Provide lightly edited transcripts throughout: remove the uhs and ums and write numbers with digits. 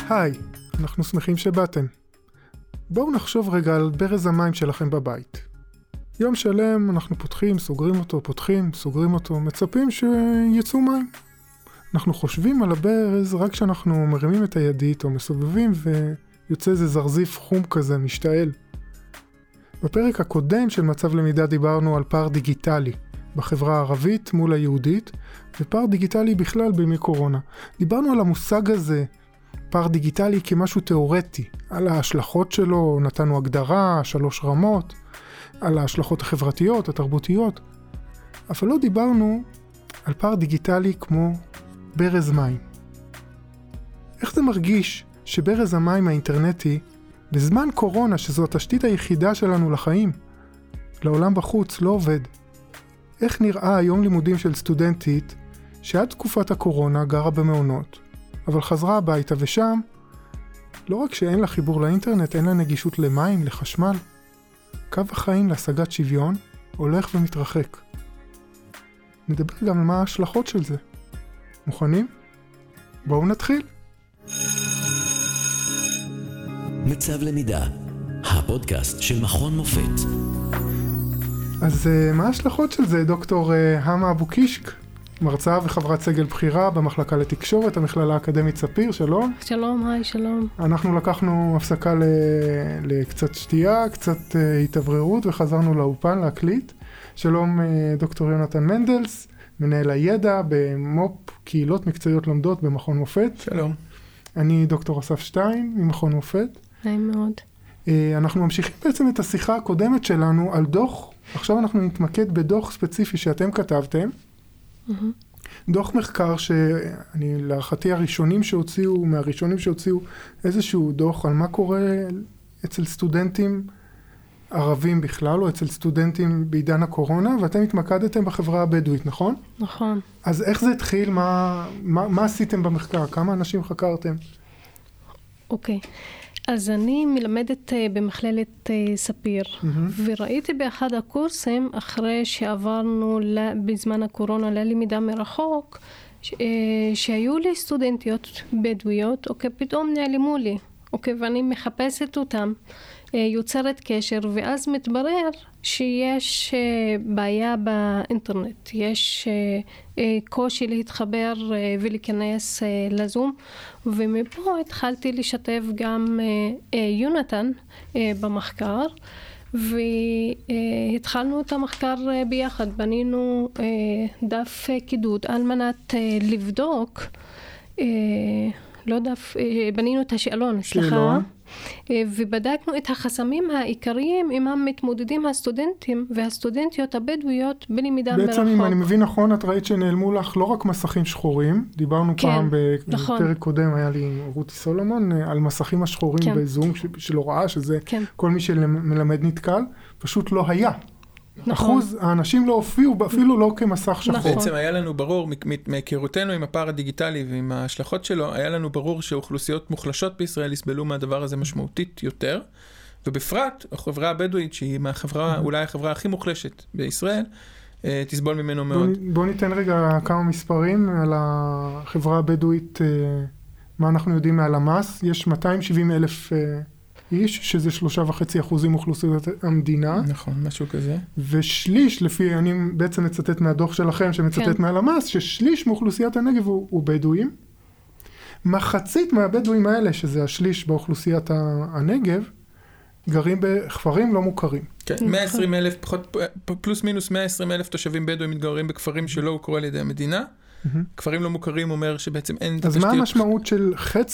היי, אנחנו שמחים שבאתם. בואו נחשוב רגע על ברז המים שלכם בבית. יום שלם אנחנו פותחים, סוגרים אותו, פותחים, סוגרים אותו, מצפים שיצאו מים. אנחנו חושבים על הברז רק כשאנחנו מרימים את הידית או מסובבים ויוצא איזה זרזיף חום כזה, משתעל. בפרק הקודם של מצב למידה דיברנו על פער דיגיטלי בחברה הערבית מול היהודית, ופער דיגיטלי בכלל בימי קורונה. דיברנו על המושג הזה, פער דיגיטלי כמשהו תיאורטי, על ההשלכות שלו, נתנו הגדרה, 3 רמות, על ההשלכות החברתיות, התרבותיות, אבל לא דיברנו על פער דיגיטלי כמו ברז מים. איך זה מרגיש שברז המים האינטרנטי, בזמן קורונה, שזו התשתית היחידה שלנו לחיים, לעולם בחוץ, לא עובד? איך נראה היום לימודים של סטודנטית שעד תקופת הקורונה גרה במעונות, אבל חזרה הביתה ושם, לא רק שאין לה חיבור לאינטרנט, אין לה נגישות למים, לחשמל, קו החיים להשגת שוויון הולך ומתרחק. נדבר גם על מה ההשלכות של זה. מוכנים? בואו נתחיל. מצב למידה, הפודקאסט של מכון מופת. אז מה ההשלכות של זה, דוקטור המה אבו קישק, מרצה וחברת סגל בחירה במחלקה לתקשורת, המכללה האקדמית ספיר, שלום. שלום, היי, שלום. אנחנו לקחנו הפסקה לקצת שתייה, קצת התאווררות, וחזרנו לאופן להקליט. שלום דוקטור יונתן מנדלס, מנהל הידע במו"פ קהילות מקצועיות לומדות במכון מופת. שלום. אני דוקטור אסף שטיין ממכון מופת. נעים מאוד. אנחנו ממשיכים בעצם את השיחה הקודמת שלנו על דוח, עכשיו אנחנו נתמקד בדוח ספציפי שאתם כתבתם, דוח מחקר שאני להערכתי מהראשונים שהוציאו איזשהו דוח על מה קורה אצל סטודנטים ערבים בכלל, או אצל סטודנטים בעידן הקורונה, ואתם התמקדתם בחברה הבדואית, נכון? נכון. אז איך זה התחיל? מה עשיתם במחקר? כמה אנשים חקרתם? אוקיי. אז אני מלמדת במכללת ספיר, וראיתי באחד הקורסים, אחרי שעברנו בזמן הקורונה ללמידה מרחוק, שהיו לי סטודנטיות בדואיות, פתאום נעלמו לי, ואני מחפשת אותם, יוצרת קשר, ואז מתברר שיש בעיה באינטרנט, יש קושי להתחבר ולהיכנס לזום, ומפה התחלתי לשתף גם יונתן במחקר, והתחלנו את המחקר ביחד, בנינו דף קידוד על מנת לבדוק, בנינו את השאלון, סליחה, ובדקנו את החסמים העיקריים עם המתמודדים הסטודנטים והסטודנטיות הבדואיות בלמידה מרחוק. בעצם אם אני מבין נכון, את ראית שנעלמו לך לא רק מסכים שחורים, דיברנו פעם בפרק קודם, היה לי רותי סולומון, על מסכים השחורים בזום של הוראה, שזה כל מי שמלמד נתקל, פשוט לא היה. אחוז האנשים לא הופיעו, אפילו לא כמסך שחור. בעצם היה לנו ברור, מהיכרותנו עם הפער הדיגיטלי ועם ההשלכות שלו, היה לנו ברור שאוכלוסיות מוחלשות בישראל יסבלו מהדבר הזה משמעותית יותר, ובפרט, החברה הבדואית, שהיא אולי החברה הכי מוחלשת בישראל, תסבול ממנו מאוד. בוא ניתן רגע כמה מספרים על החברה הבדואית, מה אנחנו יודעים מהלמ"ס. יש 270,000 איש, שזה 3.5% אוכלוסיות המדינה. נכון, משהו כזה. ושליש, לפי, אני בעצם מצטט מהדוח שלכם, שמצטט מהלמ"ס, ששליש מאוכלוסיית הנגב הוא בדואים. מחצית מהבדואים האלה, שזה השליש באוכלוסיית הנגב, גרים בכפרים לא מוכרים. כן, 120,000, פלוס מינוס 120,000 תושבים בדואים מתגוררים בכפרים שלא הוכרו על ידי המדינה. כפרים לא מוכרים אומר שבעצם אין אז מה המשמעות של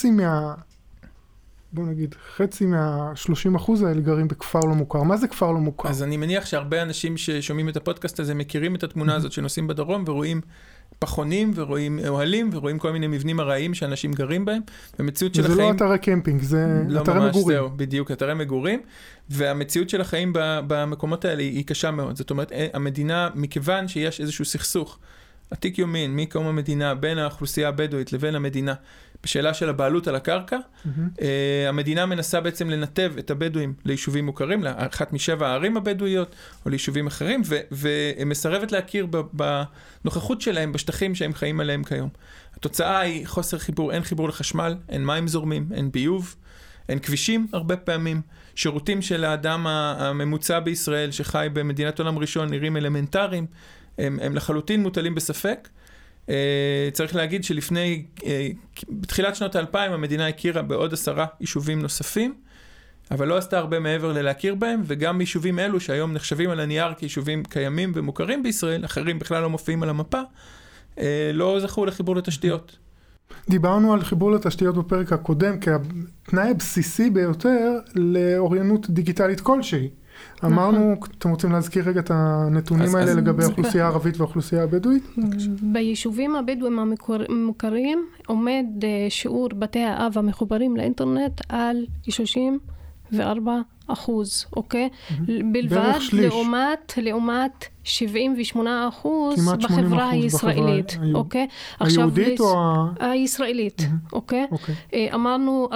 חצי מה-30% האלה גרים בכפר לא מוכר? מה זה כפר לא מוכר? אז אני מניח שהרבה אנשים ששומעים את הפודקאסט הזה מכירים את התמונה הזאת שנוסעים בדרום ורואים פחונים ורואים אוהלים ורואים כל מיני מבנים הרעיים שאנשים גרים בהם. במציאות של החיים... זה לא אתרי קמפינג, זה אתרי מגורים. זהו, בדיוק, אתרי מגורים. והמציאות של החיים במקומות האלה היא קשה מאוד. זאת אומרת, המדינה, מכיוון שיש איזשהו סכסוך עתיק יומין, מקום המדינה, בין האוכלוסייה הבדואית לבין המדינה, בשאלה של הבעלות על הקרקע, המדינה מנסה בעצם לנתב את הבדואים ליישובים מוכרים, לאחת משבע הערים הבדואיות, או ליישובים אחרים, ומסרבת להכיר בנוכחות שלהם, בשטחים שהם חיים עליהם כיום. התוצאה היא חוסר חיבור, אין חיבור לחשמל, אין מים זורמים, אין ביוב, אין כבישים הרבה פעמים, שירותים של האדם הממוצע בישראל, שחי במדינת עולם ראשון, נראים אלמנטריים, הם לחלוטין מוטלים בספק. צריך להגיד שלפני, בתחילת שנות ה-2000, המדינה הכירה בעוד 10 יישובים נוספים, אבל לא עשתה הרבה מעבר ללהכיר בהם, וגם יישובים אלו שהיום נחשבים על הנייר כיישובים קיימים ומוכרים בישראל, אחרים בכלל לא מופיעים על המפה, לא זכו לחיבור לתשתיות. דיברנו על חיבור לתשתיות בפרק הקודם, כתנאי הבסיסי ביותר לאוריינות דיגיטלית כלשהי. אמרנו, אתם רוצים להזכיר רגע את הנתונים האלה לגבי האוכלוסייה הערבית והאוכלוסייה הבדואית? ביישובים הבדואים המוכרים עומד שיעור בתי האב המחוברים לאינטרנט על 34%, אוקיי? בלבד לעומת 78% בחברה הישראלית, אוקיי? היהודית או הישראלית, אוקיי? אמרנו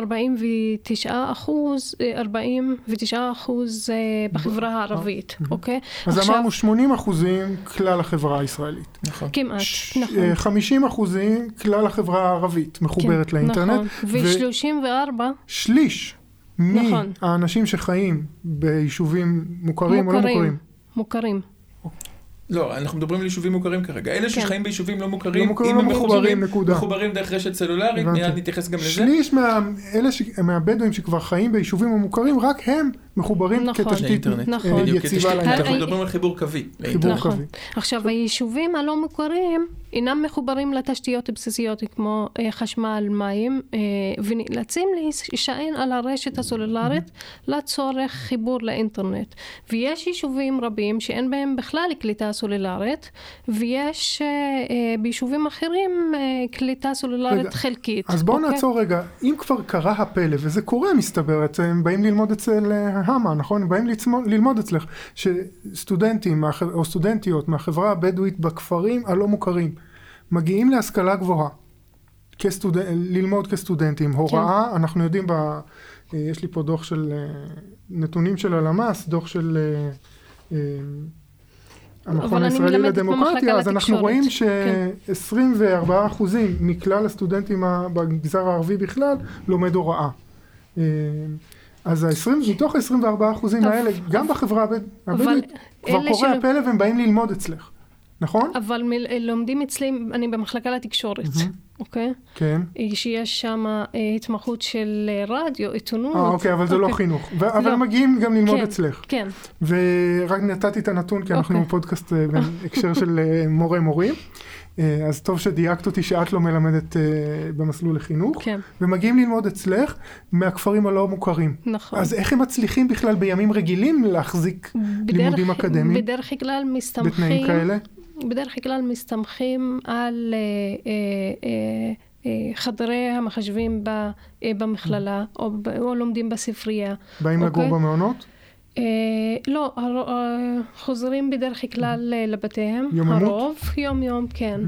49% בחברה הערבית, אוקיי? אז אמרנו 80% כלל החברה הישראלית. כמעט, נכון. 50% כלל החברה הערבית מחוברת לאינטרנט. ו-34 שליש מהאנשים שחיים ביישובים מוכרים או לא מוכרים? מוכרים. לא, אנחנו מדברים על יישובים מוכרים כרגע. אלה שחיים ביישובים לא מוכרים, אם לא הם מחוברים דרך רשת סלולרית, מיד נתייחס גם לזה. שליש מהבדואים שכבר חיים ביישובים המוכרים, רק הם מחוברים כתשתית יציבה לאינטרנט. אנחנו מדברים על חיבור קווי. עכשיו, היישובים הלא מוכרים אינם מחוברים לתשתיות בסיסיות כמו חשמל, מים, ונאלצים להישען על הרשת הסלולרית לצורך חיבור לאינטרנט. ויש יישובים רבים שאין בהם בכלל קליטה סלולרית, ויש ביישובים אחרים קליטה סלולרית חלקית. אז בואו נעצור רגע, אם כבר קרה הפלא, וזה קורה מסתברת, הם באים ללמוד אצל המה, נכון? הם באים ללמוד אצלך, שסטודנטים או סטודנטיות מהחברה הבדואית בכפרים הלא מוכרים, מגיעים להשכלה גבוהה, ללמוד כסטודנטים, הוראה, אנחנו יודעים, יש לי פה דוח של נתונים של הלמ"ס, דוח של המכון הישראלי לדמוקרטיה, אז אנחנו רואים ש24% מכלל הסטודנטים במגזר הערבי בכלל לומד הוראה. אז מתוך ה-24% האלה, גם בחברה הבדואית, כבר קורה הפלא והם באים ללמוד אצלך. נכון? אבל לומדים אצלי, אני במחלקה לתקשורת, אוקיי? כן. שיש שם התמחות של רדיו, עיתונות. אוקיי, אבל זה לא חינוך. אבל הם מגיעים גם ללמוד אצלך. כן. ורק נתתי את הנתון, כי אנחנו פודקאסט בהקשר של מורה-מורים. אז טוב שדייקת אותי שאת לא מלמדת במסלול לחינוך. כן. ומגיעים ללמוד אצלך מהכפרים הלא מוכרים. נכון. אז איך הם מצליחים בכלל בימים רגילים להחזיק לימודים אקדמיים? בדרך כלל מסתמכים. בתנאים כאלה? בדרך כלל מסתמכים על חדרי המחשבים במכללה, או לומדים בספרייה. באים לגור במעונות? לא, חוזרים בדרך כלל לבתיהם. יוממות? הרוב, יום, כן.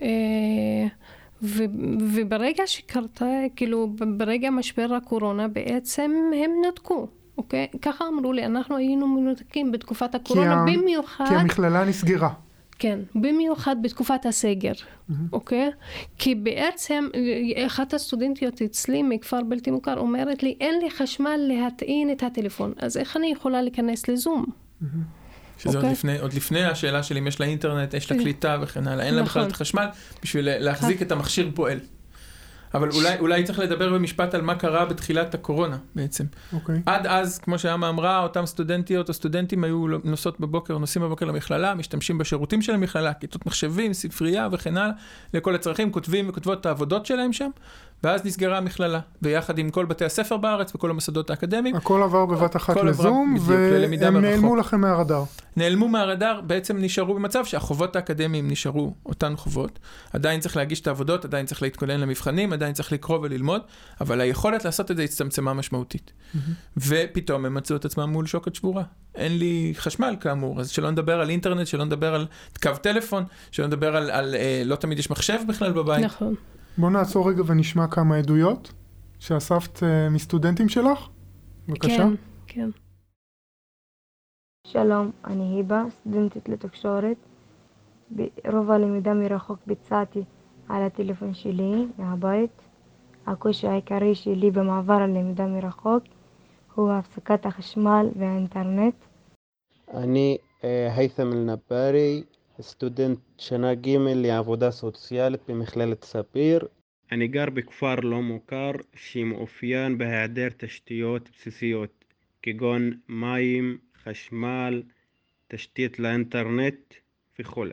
וברגע שקרתה, כאילו, ברגע משבר הקורונה, בעצם הם נותקו. אוקיי? ככה אמרו לי, אנחנו היינו מנותקים בתקופת הקורונה, במיוחד. כי המכללה נסגרה. כן, במיוחד בתקופת הסגר, אוקיי? כי בעצם, אחת הסטודנטיות אצלי מכפר בלתי מוכר אומרת לי, אין לי חשמל להטעין את הטלפון, אז איך אני יכולה להיכנס לזום? שזה עוד לפני השאלה של אם יש לה אינטרנט, יש לה קליטה וכן הלאה, אין לה בכלל את החשמל, בשביל להחזיק את המכשיר פועל. אבל אולי צריך לדבר במשפט על מה קרה בתחילת הקורונה בעצם. עד אז, כמו שהאמה אמרה, אותם סטודנטיות או סטודנטים היו נוסעים בבוקר למכללה, משתמשים בשירותים של המכללה, כיתות מחשבים, ספרייה וכן הלאה, לכל הצרכים, כותבים וכותבות את העבודות שלהם שם, ואז נסגרה המכללה, ויחד עם כל בתי הספר בארץ וכל המוסדות האקדמיים. הכל עבר בבת אחת לזום, והם נעלמו לכם מהרדאר. נעלמו מהרדאר, בעצם נשארו במצב שהחובות האקדמיים נשארו אותן חובות. עדיין צריך להגיש את העבודות, עדיין צריך להתכונן למבחנים, עדיין צריך לקרוא וללמוד, אבל היכולת לעשות את זה הצטמצמה משמעותית. ופתאום הם מצאו את עצמם מול שוקת שבורה. אין לי חשמל כאמור, אז שלא נדבר על אינטרנט, שלא נדבר על קו טלפון, שלא נדבר על לא תמיד יש מחשב בכלל בבית. נכון. בוא נעצור רגע ונשמע כמה עדויות שאספת מסטודנטים שלך. בבקשה. כן, כן. שלום, אני היבה, סטודנטית לתקשורת. רוב הלמידה מרחוק ביצעתי על הטלפון שלי מהבית. הקושי העיקרי שלי במעבר הלמידה מרחוק הוא הפסקת החשמל והאינטרנט. אני הייתם אל-נבארי, סטודנט שנה ג' לעבודה סוציאלית במכללת ספיר. אני גר בכפר לא מוכר שמאופיין בהיעדר תשתיות בסיסיות כגון מים, חשמל, תשתית לאינטרנט וכו'.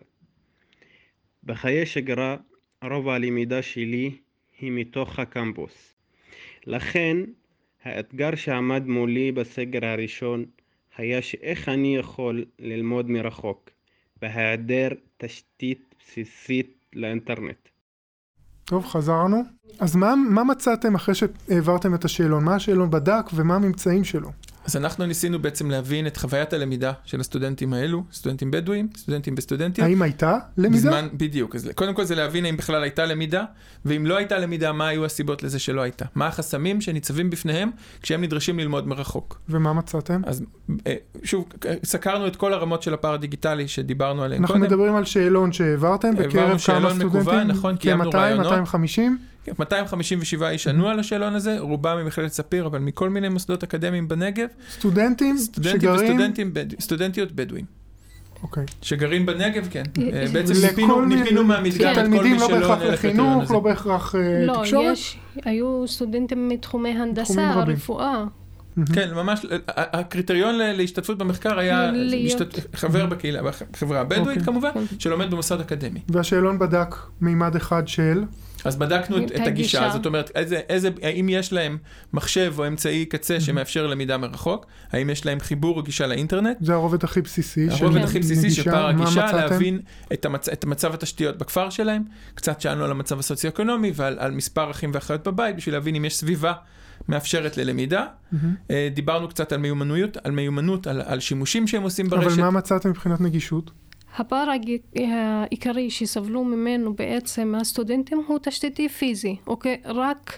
בחיי שגרה רוב הלמידה שלי היא מתוך הקמפוס. לכן האתגר שעמד מולי בסגר הראשון היה שאיך אני יכול ללמוד מרחוק בהיעדר תשתית בסיסית לאינטרנט. טוב, חזרנו. אז מה מצאתם אחרי שהעברתם את השאלון? מה השאלון בדק ומה הממצאים שלו? אז אנחנו ניסינו בעצם להבין את חוויית הלמידה של הסטודנטים האלו, סטודנטים בדואים, סטודנטים בסטודנטיות. האם הייתה למידה? בזמן, בדיוק. אז קודם כל זה להבין האם בכלל הייתה למידה, ואם לא הייתה למידה, מה היו הסיבות לזה שלא הייתה. מה החסמים שניצבים בפניהם כשהם נדרשים ללמוד מרחוק. ומה מצאתם? אז שוב, סקרנו את כל הרמות של הפער הדיגיטלי שדיברנו עליהם קודם. אנחנו מדברים על שאלון שהעברתם בקרב כמה סטודנטים? נכון, קיימנו רעיונות. 250? 257 איש ענו על השאלון הזה, רובם ממכללת ספיר, אבל מכל מיני מוסדות אקדמיים בנגב. סטודנטים שגרים? סטודנטיות בדואים. אוקיי. שגרים בנגב, כן. בעצם ניפינו מהמדגם את כל מי שלא לא בהכרח לחינוך, לא בהכרח תקשורת. לא, היו סטודנטים מתחומי הנדסה, רפואה. כן, ממש, הקריטריון להשתתפות במחקר היה חבר בקהילה, בחברה הבדואית כמובן, שלומד במוסד אקדמי. והשאלון בדק מימד אחד של? אז בדקנו את הגישה, זאת אומרת, האם יש להם מחשב או אמצעי קצה שמאפשר למידה מרחוק, האם יש להם חיבור או גישה לאינטרנט. זה הרובד הכי בסיסי. הרובד הכי בסיסי של פער הגישה, להבין את מצב התשתיות בכפר שלהם, קצת שאלנו על המצב הסוציו-אקונומי ועל מספר אחים ואחיות בבית, בשביל להבין אם יש סביבה מאפשרת ללמידה. דיברנו קצת על מיומנות, על שימושים שהם עושים ברשת. אבל מה מצאתם מבחינת נגישות? הפער העיקרי שסבלו ממנו בעצם הסטודנטים הוא תשתיתי פיזי, אוקיי? רק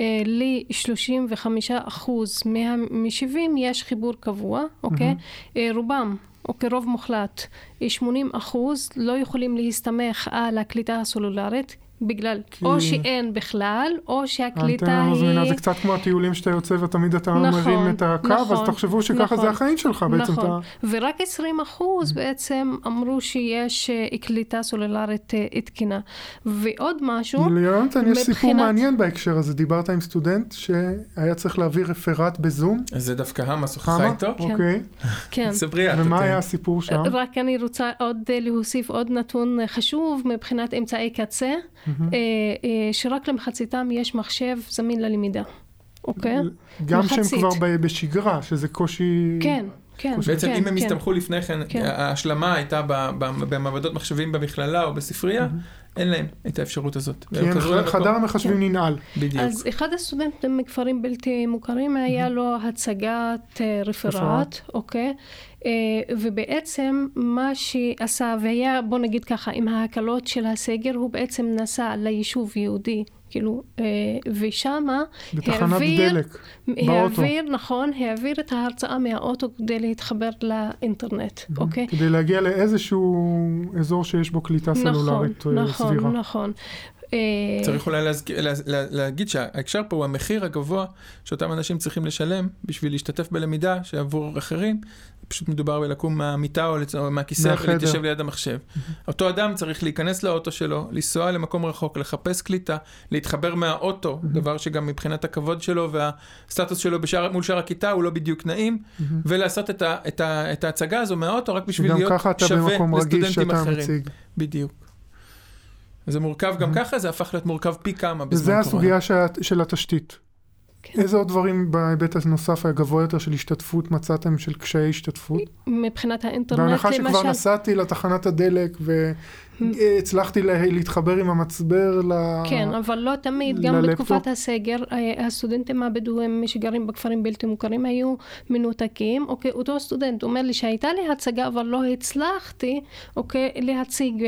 ל-35% מהמשיבים יש חיבור קבוע, אוקיי? רובם, אוקיי, רוב מוחלט, 80% לא יכולים להסתמך על הקליטה הסלולרית, בגלל או שאין בכלל, או שהקליטה היא... זה קצת כמו הטיולים שאתה יוצא ותמיד אתה מרים את הקו, אז תחשבו שככה זה החיים שלך בעצם. נכון, ורק 20% בעצם אמרו שיש קליטה סלולרית תקינה. ועוד משהו... ליונתן, יש סיפור מעניין בהקשר הזה. דיברת עם סטודנט שהיה צריך להביא רפרט בזום. אז זה דווקא המה שוחחה איתו? אוקיי. כן. ומה היה הסיפור שם? רק אני רוצה להוסיף עוד נתון חשוב מבחינת אמצעי קצה. שרק למחציתם יש מחשב זמין ללמידה, אוקיי? גם שהם כבר בשגרה, שזה קושי... כן, כן. בעצם אם הם הסתמכו לפני כן, ההשלמה הייתה במעבדות מחשבים במכללה או בספרייה, אין להם את האפשרות הזאת. כי חדר המחשבים ננעל. בדיוק. אז אחד הסטודנטים מכפרים בלתי מוכרים היה לו הצגת רפרט, אוקיי? ובעצם מה שעשה, והיה, בוא נגיד ככה, עם ההקלות של הסגר, הוא בעצם נסע ליישוב יהודי, כאילו, ושמה העביר את ההרצאה מהאוטו כדי להתחבר לאינטרנט, אוקיי? כדי להגיע לאיזשהו אזור שיש בו קליטה סלולרית סבירה. נכון. צריך אולי להגיד שההקשר פה הוא המחיר הגבוה שאותם אנשים צריכים לשלם בשביל להשתתף בלמידה שעבור אחרים פשוט מדובר בלקום מהמיטה או מהכיסא ולהתיישב ליד המחשב. אותו אדם צריך להיכנס לאוטו שלו, לנסוע למקום רחוק, לחפש קליטה, להתחבר מהאוטו, דבר שגם מבחינת הכבוד שלו והסטטוס שלו מול שאר הכיתה הוא לא בדיוק נעים, ולעשות את ההצגה הזו מהאוטו רק בשביל להיות שווה לסטודנטים אחרים. בדיוק. זה מורכב גם ככה, זה הפך להיות מורכב פי כמה בזמן קורונה. וזה הסוגיה של התשתית. איזה עוד דברים בהיבט הנוסף הגבוה יותר של השתתפות מצאתם של קשיי השתתפות? מבחינת האינטרנט בהנחה שכבר נסעתי לתחנת הדלק והצלחתי להתחבר עם המצבר כן, אבל לא תמיד, גם בתקופת הסגר, הסטודנטים הבדואים שגרים בכפרים בלתי מוכרים היו מנותקים. אוקיי, אותו סטודנט אומר לי שהייתה לי הצגה, אבל לא הצלחתי, אוקיי, להציג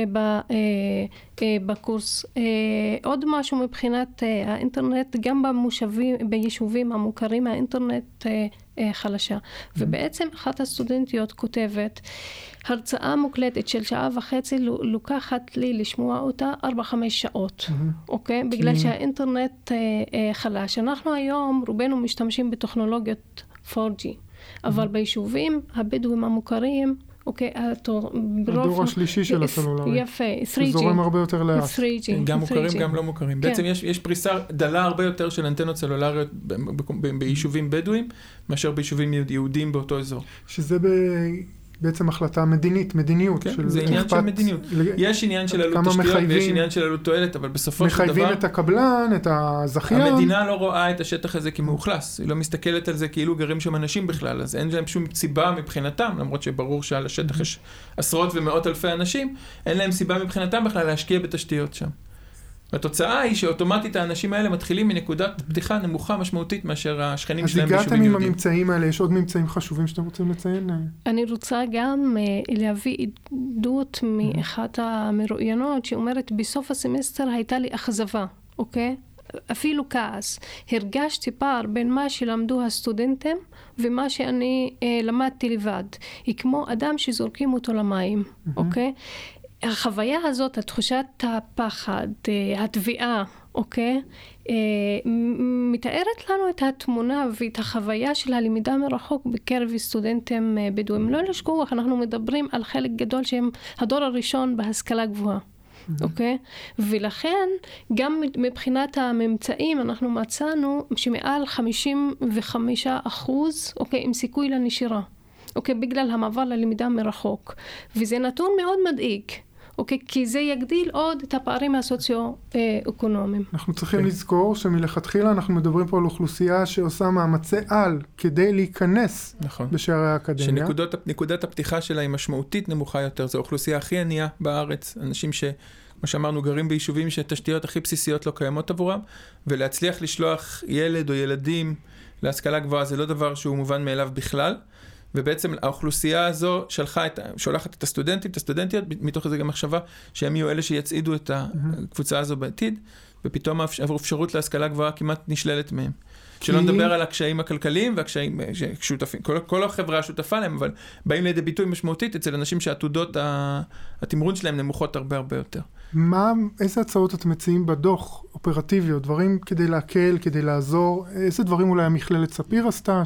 בקורס. עוד משהו מבחינת האינטרנט, גם ביישובים המוכרים, האינטרנט חלשה. ובעצם אחת הסטודנטיות כותבת, הרצאה מוקלטת של 1.5 שעה, לוקחת לי לשמוע אותה 4-5 שעות, אוקיי? בגלל שהאינטרנט חלש. אנחנו היום רובנו משתמשים בטכנולוגיות 4G, אבל ביישובים הבדואים המוכרים, אוקיי, הדור השלישי של הסלולרי. יפה, 3G. זורם הרבה יותר לאט. גם מוכרים, גם לא מוכרים. בעצם יש פריסה דלה הרבה יותר של אנטנות סלולריות ביישובים בדואים, מאשר ביישובים יהודים באותו אזור. שזה בעצם החלטה מדיניות. זה עניין של מדיניות. יש עניין של עלות תשתיות ויש עניין של עלות תועלת, אבל בסופו של דבר... מחייבים את הקבלן, את הזכיין. המדינה לא רואה את השטח הזה כמאוכלס. היא לא מסתכלת על זה כאילו גרים שם אנשים בכלל, אז אין להם שום סיבה מבחינתם, למרות שברור שעל השטח יש עשרות ומאות אלפי אנשים, אין להם סיבה מבחינתם בכלל להשקיע בתשתיות שם. והתוצאה היא שאוטומטית האנשים האלה מתחילים מנקודת פתיחה נמוכה משמעותית מאשר השכנים שלהם ביישובים יהודים. אז הגעתם עם הממצאים האלה, יש עוד ממצאים חשובים שאתם רוצים לציין? אני רוצה גם להביא עדות מאחת המרואיינות שאומרת בסוף הסמסטר הייתה לי אכזבה, אוקיי? אפילו כעס. הרגשתי פער בין מה שלמדו הסטודנטים ומה שאני למדתי לבד. היא כמו אדם שזורקים אותו למים, אוקיי? החוויה הזאת, התחושת הפחד, התביעה, אוקיי? מתארת לנו את התמונה ואת החוויה של הלמידה מרחוק בקרב סטודנטים בדואים. לא לשכוח, אנחנו מדברים על חלק גדול שהם הדור הראשון בהשכלה גבוהה. אוקיי? ולכן, גם מבחינת הממצאים, אנחנו מצאנו שמעל 55%, אוקיי, עם סיכוי לנשירה. אוקיי, בגלל המעבר ללמידה מרחוק. וזה נתון מאוד מדאיג. אוקיי, כי זה יגדיל עוד את הפערים הסוציו-אקונומיים. אנחנו צריכים לזכור שמלכתחילה אנחנו מדברים פה על אוכלוסייה שעושה מאמצי על כדי להיכנס בשערי האקדמיה. שנקודת הפתיחה שלה היא משמעותית נמוכה יותר. זו האוכלוסייה הכי ענייה בארץ. אנשים כמו שאמרנו, גרים ביישובים שתשתיות הכי בסיסיות לא קיימות עבורם, ולהצליח לשלוח ילד או ילדים להשכלה גבוהה זה לא דבר שהוא מובן מאליו בכלל. ובעצם האוכלוסייה הזו שולחת את הסטודנטים, את הסטודנטיות, מתוך זה גם מחשבה שהם יהיו אלה שיצעידו את הקבוצה הזו בעתיד, ופתאום האפשרות להשכלה גבוהה כמעט נשללת מהם. שלא נדבר על הקשיים הכלכליים והקשיים שותפים, כל החברה שותפה להם, אבל באים לידי ביטוי משמעותית אצל אנשים שעתודות התמרון שלהם נמוכות הרבה הרבה יותר. איזה הצעות אתם מציעים בדוח אופרטיביות, דברים כדי להקל, כדי לעזור, איזה דברים אולי המכללת ספיר עשתה,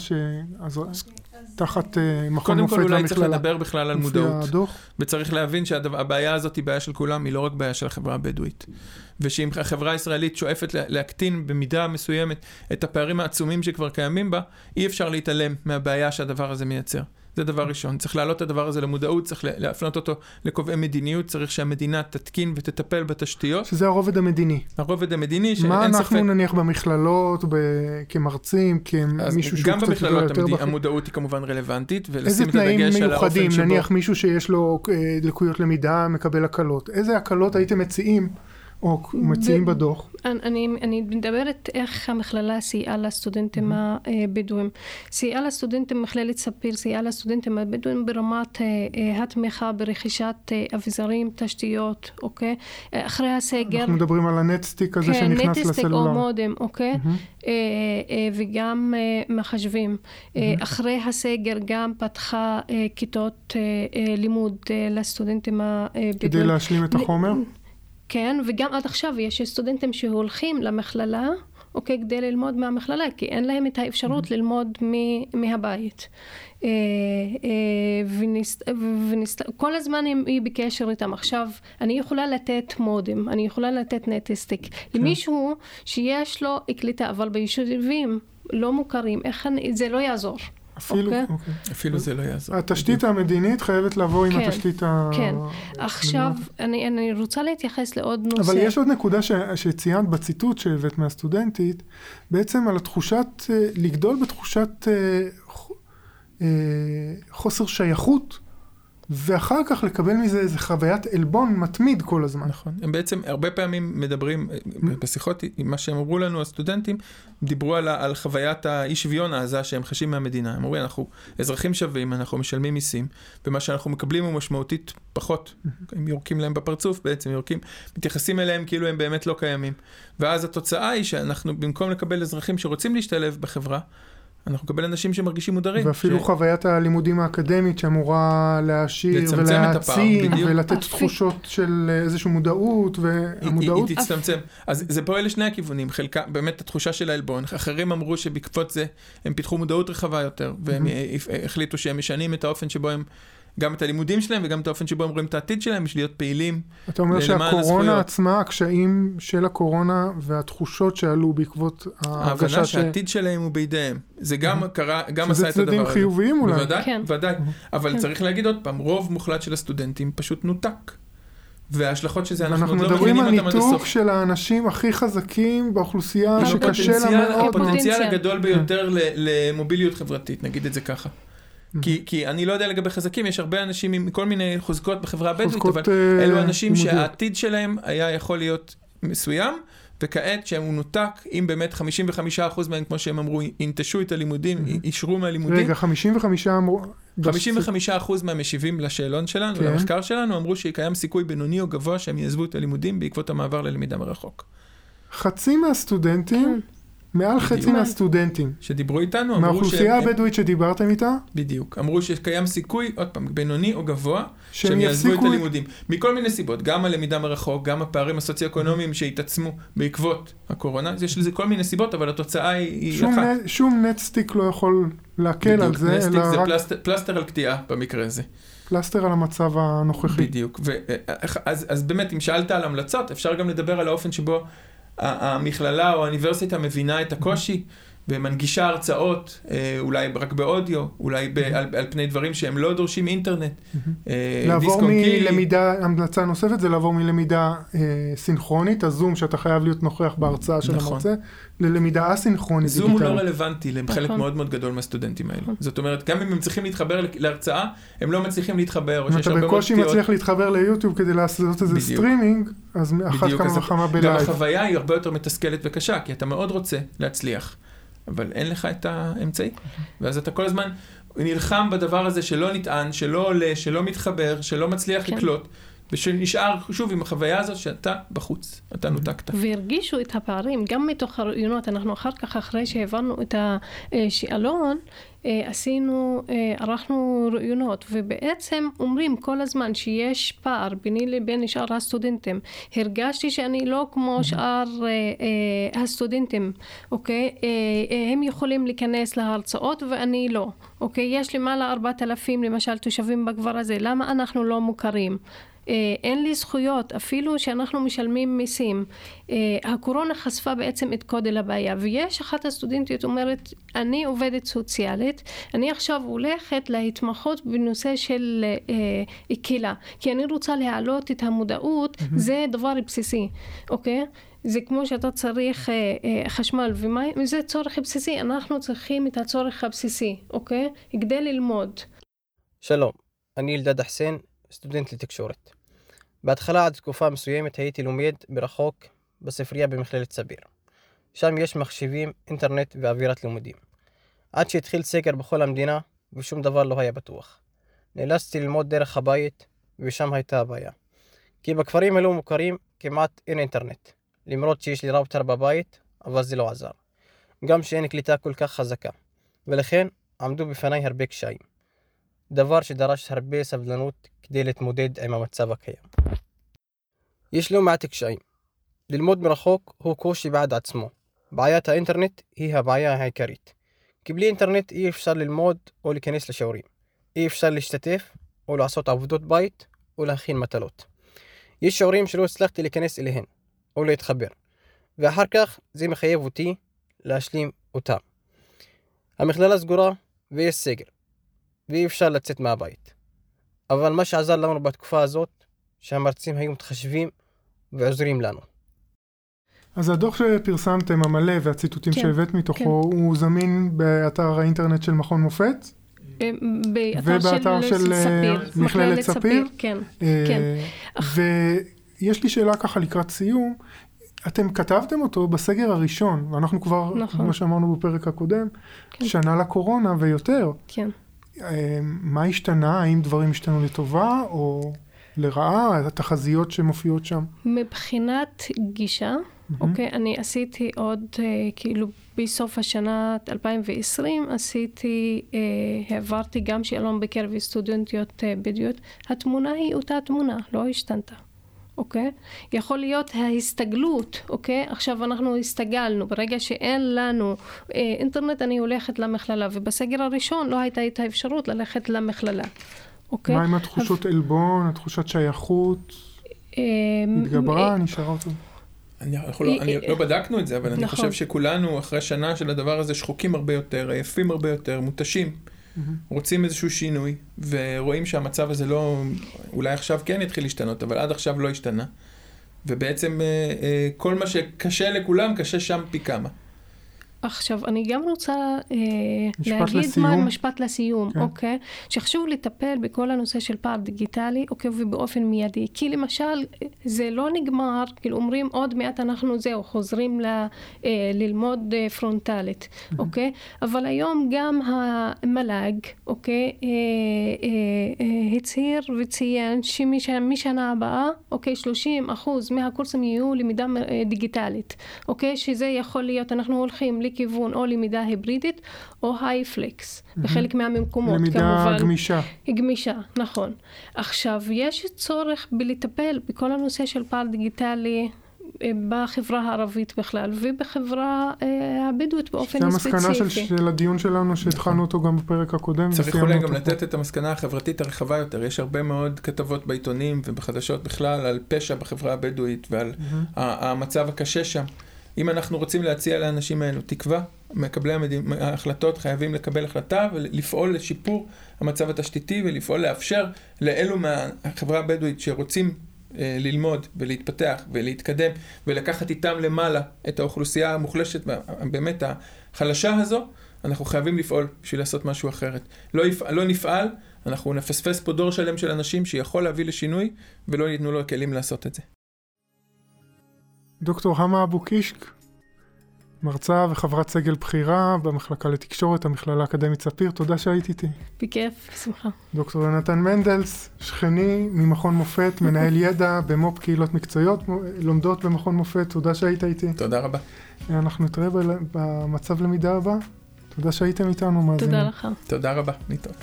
תחת מכון מופת והמכללה. קודם כל אולי צריך לדבר בכלל על מודעות, וצריך להבין שהבעיה הזאת היא בעיה של כולם, היא לא רק בעיה של החברה הבדואית. ושאם החברה הישראלית שואפת להקטין במידה מסוימת את הפערים העצומים שכבר קיימים בה, אי אפשר להתעלם מהבעיה שהדבר הזה מייצר. זה דבר ראשון. צריך להעלות את הדבר הזה למודעות, צריך להפנות אותו לקובעי מדיניות, צריך שהמדינה תתקין ותטפל בתשתיות. שזה הרובד המדיני. הרובד המדיני, מה אנחנו נניח במכללות, כמרצים, כמישהו שהוא קצת יותר גם במכללות המודעות היא כמובן רלוונטית, איזה תנאים מיוחדים, נניח מישהו שיש לו לקויות למידה, מקבל הקלות. איזה הקלות הייתם מציעים? או מציעים בדוח? אני מדברת איך המכללה סייעה לסטודנטים הבדואים. סייעה לסטודנטים, מכללת ספיר, סייעה לסטודנטים הבדואים ברמת התמיכה ברכישת אביזרים, תשתיות, אוקיי? אחרי הסגר... אנחנו מדברים על הנטסטיק הזה שנכנס לסלולר. נטסטיק או מודם, אוקיי? וגם מחשבים. אחרי הסגר גם פתחה כיתות לימוד לסטודנטים הבדואים. כדי להשלים את החומר? כן, וגם עד עכשיו יש סטודנטים שהולכים למכללה, אוקיי, כדי ללמוד מהמכללה, כי אין להם את האפשרות ללמוד מהבית. כל הזמן היא בקשר איתם. עכשיו, אני יכולה לתת מודם, אני יכולה לתת נטסטיק. למישהו שיש לו קליטה, אבל ביישובים לא מוכרים, זה לא יעזור. אפילו זה לא יעזור. התשתית המדינית חייבת לבוא עם התשתית כן. עכשיו, אני רוצה להתייחס לעוד נושא. אבל יש עוד נקודה שציינת בציטוט שהבאת מהסטודנטית, בעצם על התחושת, לגדול בתחושת חוסר שייכות, ואחר כך לקבל מזה איזה חוויית אלבון מתמיד כל הזמן. נכון. הם בעצם הרבה פעמים מדברים, בשיחות, מה שהם אמרו לנו, הסטודנטים, דיברו על חוויית האי שוויון העזה שהם חשים מהמדינה. הם אומרים, אנחנו אזרחים שווים, אנחנו משלמים מיסים, ומה שאנחנו מקבלים הוא משמעותית פחות. הם יורקים להם בפרצוף בעצם, מתייחסים אליהם כאילו הם באמת לא קיימים. ואז התוצאה היא שאנחנו, במקום לקבל אזרחים שרוצים להשתלב בחברה, אנחנו נקבל אנשים שמרגישים מודרים. ואפילו חוויית הלימודים האקדמית שאמורה להשאיר ולהעצים ולתת תחושות של איזושהי מודעות, והמודעות היא תצטמצם. אז זה פועל לשני הכיוונים, חלקה, באמת התחושה של העלבון. אחרים אמרו שבעקבות זה הם פיתחו מודעות רחבה יותר, והם החליטו שהם משנים את האופן שבו הם, גם את הלימודים שלהם וגם את האופן שבו הם רואים את העתיד שלהם, בשביל להיות פעילים. אתה אומר שהקורונה עצמה, הקשיים של הקורונה והתחושות שעלו בעקבות ההבנה שהעתיד שלהם הוא בידיהם. זה גם קרה, גם עשה את הדבר הזה. שזה צדדים חיוביים אולי. ודאי. אבל צריך להגיד עוד פעם, רוב מוחלט של הסטודנטים פשוט נותק. וההשלכות שזה אנחנו עוד לא מבינים אותם עד הסוף. אנחנו מדברים על ניתוק של האנשים הכי חזקים באוכלוסייה שקשה לה מאוד. הפוטנציאל הגדול ביותר למוביליות חברתית, נגיד את זה ככה. כי אני לא יודע לגבי חזקים, יש הרבה אנשים עם כל מיני חוזקות בחברה הבדואית, אבל אלו אנשים שהעתיד שלהם היה יכול להיות מסוים, וכעת שהם נותק, אם באמת 55% מהם, כמו שהם אמרו, ינטשו את הלימודים, ישרו מהלימודים. רגע, 55% מהמשיבים לשאלון שלנו, למחקר שלנו, אמרו שקיים סיכוי בינוני או גבוה שהם יעזבו את הלימודים בעקבות המעבר ללמידה מרחוק. חצי מהסטודנטים, מעל חצי מהסטודנטים שדיברו איתנו, מהאוכלוסייה הבדואית שדיברתם איתה, בדיוק, אמרו שקיים סיכוי, עוד פעם, בינוני או גבוה, שהם יעזבו את הלימודים. מכל מיני סיבות, גם הלמידה מרחוק, גם הפערים הסוציו-אקונומיים שהתעצמו בעקבות הקורונה, יש לזה כל מיני סיבות, אבל התוצאה היא אחת. שום נטסטיק לא יכול להקל על זה. נטסטיק זה פלסטר על קטיעה במקרה הזה. פלסטר על המצב הנוכחי. בדיוק, אז באמת, אם שאלת על המלצות, אפשר גם לדבר על האופן שבו המכללה או האוניברסיטה מבינה את הקושי ומנגישה הרצאות, אולי רק באודיו, אולי על פני דברים שהם לא דורשים אינטרנט. לעבור מלמידה, המלצה נוספת זה לעבור מלמידה סינכרונית, הזום שאתה חייב להיות נוכח בהרצאה של המרצה, ללמידה אסינכרונית. זום הוא לא רלוונטי לחלק מאוד מאוד גדול מהסטודנטים האלו. זאת אומרת, גם אם הם צריכים להתחבר להרצאה, הם לא מצליחים להתחבר. אם אתה בקושי מצליח להתחבר ליוטיוב כדי לעשות איזה סטרימינג, אז אחת כמה וכמה בלייב. גם החוויה היא הרבה יותר מתסכלת וקשה, כי אתה מאוד רוצה להצליח. אבל אין לך את האמצעי. ואז אתה כל הזמן נלחם בדבר הזה שלא נטען, שלא עולה, שלא מתחבר, שלא מצליח לקלוט, ושנשאר שוב עם החוויה הזאת שאתה בחוץ, אתה נותקת. והרגישו את הפערים, גם מתוך הרעיונות, אנחנו אחר כך, אחרי שהבנו את השאלון, ערכנו רעיונות, ובעצם אומרים כל הזמן שיש פער ביני לבין שאר הסטודנטים. הרגשתי שאני לא כמו שאר הסטודנטים, אוקיי? הם יכולים להיכנס להרצאות ואני לא, אוקיי? יש למעלה 4,000 למשל תושבים בכפר הזה, למה אנחנו לא מוכרים? אין לי זכויות, אפילו שאנחנו משלמים מיסים. הקורונה חשפה בעצם את גודל הבעיה, ויש אחת הסטודנטיות אומרת, אני עובדת סוציאלית, אני עכשיו הולכת להתמחות בנושא של קהילה, כי אני רוצה להעלות את המודעות, זה דבר בסיסי, אוקיי? זה כמו שאתה צריך חשמל ומים, זה צורך בסיסי, אנחנו צריכים את הצורך הבסיסי, אוקיי? כדי ללמוד. שלום, אני אלדד חסין, סטודנט לתקשורת. בהתחלה עד תקופה מסוימת הייתי לומד ברחוק בספרייה במכללת ספיר. שם יש מחשבים, אינטרנט ואווירת לימודים. עד שהתחיל סגר בכל המדינה ושום דבר לא היה בטוח. נאלצתי ללמוד דרך הבית ושם הייתה הבעיה. כי בכפרים הלא מוכרים כמעט אין אינטרנט. למרות שיש לי ראוטר בבית, אבל זה לא עזר. גם שאין קליטה כל כך חזקה. ולכן עמדו בפניי הרבה קשיים. דבר שדרש הרבה סבלנות כדי להתמודד עם המצב הקיים. יש לא מעט קשיים. ללמוד מרחוק הוא קושי בעד עצמו. בעיית האינטרנט היא הבעיה העיקרית. כי בלי אינטרנט אי אפשר ללמוד או להיכנס לשיעורים. אי אפשר להשתתף או לעשות עבודות בית או להכין מטלות. יש שיעורים שלא הצלחתי להיכנס אליהן או להתחבר. ואחר כך זה מחייב אותי להשלים אותם. המכללה סגורה ויש סגר, ואי אפשר לצאת מהבית. אבל מה שעזר לנו בתקופה הזאת, שהמרצים היו מתחשבים ועוזרים לנו. אז הדוח שפרסמתם המלא והציטוטים שהבאת מתוכו, הוא זמין באתר האינטרנט של מכון מופת? באתר של ספיר, מכללת ספיר? כן. ויש לי שאלה ככה לקראת סיום, אתם כתבתם אותו בסגר הראשון, ואנחנו כבר, כמו שאמרנו בפרק הקודם, שנה לקורונה ויותר. כן. מה השתנה? האם דברים השתנו לטובה או לרעה? התחזיות שמופיעות שם? מבחינת גישה, אוקיי, אני עשיתי עוד, כאילו בסוף השנה 2020, העברתי גם שאלון בקרב סטודנטיות בדואיות. התמונה היא אותה תמונה, לא השתנתה. אוקיי? יכול להיות ההסתגלות, אוקיי? עכשיו אנחנו הסתגלנו, ברגע שאין לנו אינטרנט אני הולכת למכללה, ובסגר הראשון לא הייתה את האפשרות ללכת למכללה, אוקיי? מה עם התחושות עלבון, התחושת שייכות? התגברה, נשארה אותו? לא בדקנו את זה, אבל אני חושב שכולנו אחרי שנה של הדבר הזה שחוקים הרבה יותר, עייפים הרבה יותר, מותשים. רוצים איזשהו שינוי, ורואים שהמצב הזה לא, אולי עכשיו כן יתחיל להשתנות, אבל עד עכשיו לא השתנה. ובעצם כל מה שקשה לכולם, קשה שם פי כמה. עכשיו, אני גם רוצה להגיד משפט לסיום, אוקיי? שחשוב לטפל בכל הנושא של פער דיגיטלי, אוקיי, ובאופן מיידי. כי למשל, זה לא נגמר, כאילו אומרים, עוד מעט אנחנו חוזרים ללמוד פרונטלית, אוקיי? אבל היום גם המל"ג, אוקיי, הצהיר וציין שמשנה הבאה, אוקיי, 30% מהקורסים יהיו למידה דיגיטלית, אוקיי? שזה יכול להיות, אנחנו הולכים כיוון או למידה היברידית או הייפלקס, בחלק מהמקומות. למידה גמישה. גמישה, נכון. עכשיו, יש צורך בלטפל בכל הנושא של פער דיגיטלי בחברה הערבית בכלל, ובחברה הבדואית באופן ספציפי. זה המסקנה של הדיון שלנו, שהתחלנו אותו גם בפרק הקודם. צריך אולי גם לתת את המסקנה החברתית הרחבה יותר. יש הרבה מאוד כתבות בעיתונים ובחדשות בכלל על פשע בחברה הבדואית, ועל המצב הקשה שם. אם אנחנו רוצים להציע לאנשים האלו תקווה, מקבלי ההחלטות חייבים לקבל החלטה ולפעול לשיפור המצב התשתיתי, ולפעול לאפשר לאלו מהחברה הבדואית שרוצים ללמוד ולהתפתח ולהתקדם ולקחת איתם למעלה את האוכלוסייה המוחלשת באמת החלשה הזו, אנחנו חייבים לפעול בשביל לעשות משהו אחרת. לא נפעל, אנחנו נפספס פה דור שלם של אנשים שיכול להביא לשינוי ולא ניתנו לו כלים לעשות את זה. דוקטור המה אבו קישק, מרצה וחברת סגל בחירה במחלקה לתקשורת, המכללה האקדמית ספיר, תודה שהיית איתי. בכיף, בשמחה. דוקטור יונתן מנדלס, שכני ממכון מופת, מנהל ידע במו"פ קהילות מקצועיות, לומדות במכון מופת, תודה שהיית איתי. תודה רבה. אנחנו נתראה במצב למידה הבא. תודה שהייתם איתנו, מאזינים. תודה לך. תודה רבה, נתראה.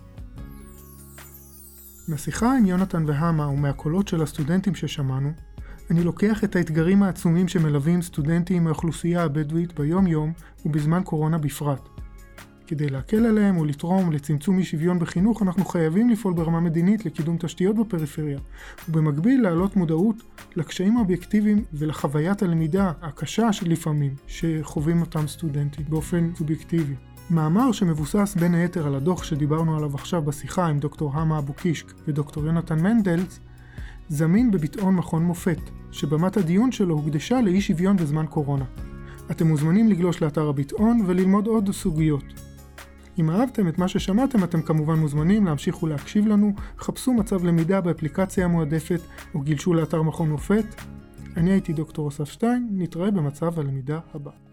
בשיחה עם יונתן והמה ומהקולות של הסטודנטים ששמענו, אני לוקח את האתגרים העצומים שמלווים סטודנטים מהאוכלוסייה הבדואית ביום יום ובזמן קורונה בפרט. כדי להקל עליהם ולתרום לצמצום אי שוויון בחינוך, אנחנו חייבים לפעול ברמה מדינית לקידום תשתיות בפריפריה, ובמקביל להעלות מודעות לקשיים האובייקטיביים ולחוויית הלמידה הקשה שלפעמים שחווים אותם סטודנטים באופן סובייקטיבי. מאמר שמבוסס בין היתר על הדוח שדיברנו עליו עכשיו בשיחה עם דוקטור המה אבו קישק ודוקטור יונתן מנדלס, זמין בביטאון מכון מופת, שבמת הדיון שלו הוקדשה לאי שוויון בזמן קורונה. אתם מוזמנים לגלוש לאתר הביטאון וללמוד עוד סוגיות. אם אהבתם את מה ששמעתם, אתם כמובן מוזמנים להמשיך ולהקשיב לנו, חפשו מצב למידה באפליקציה המועדפת או גלשו לאתר מכון מופת. אני הייתי דוקטור אסף שטיין, נתראה במצב הלמידה הבא.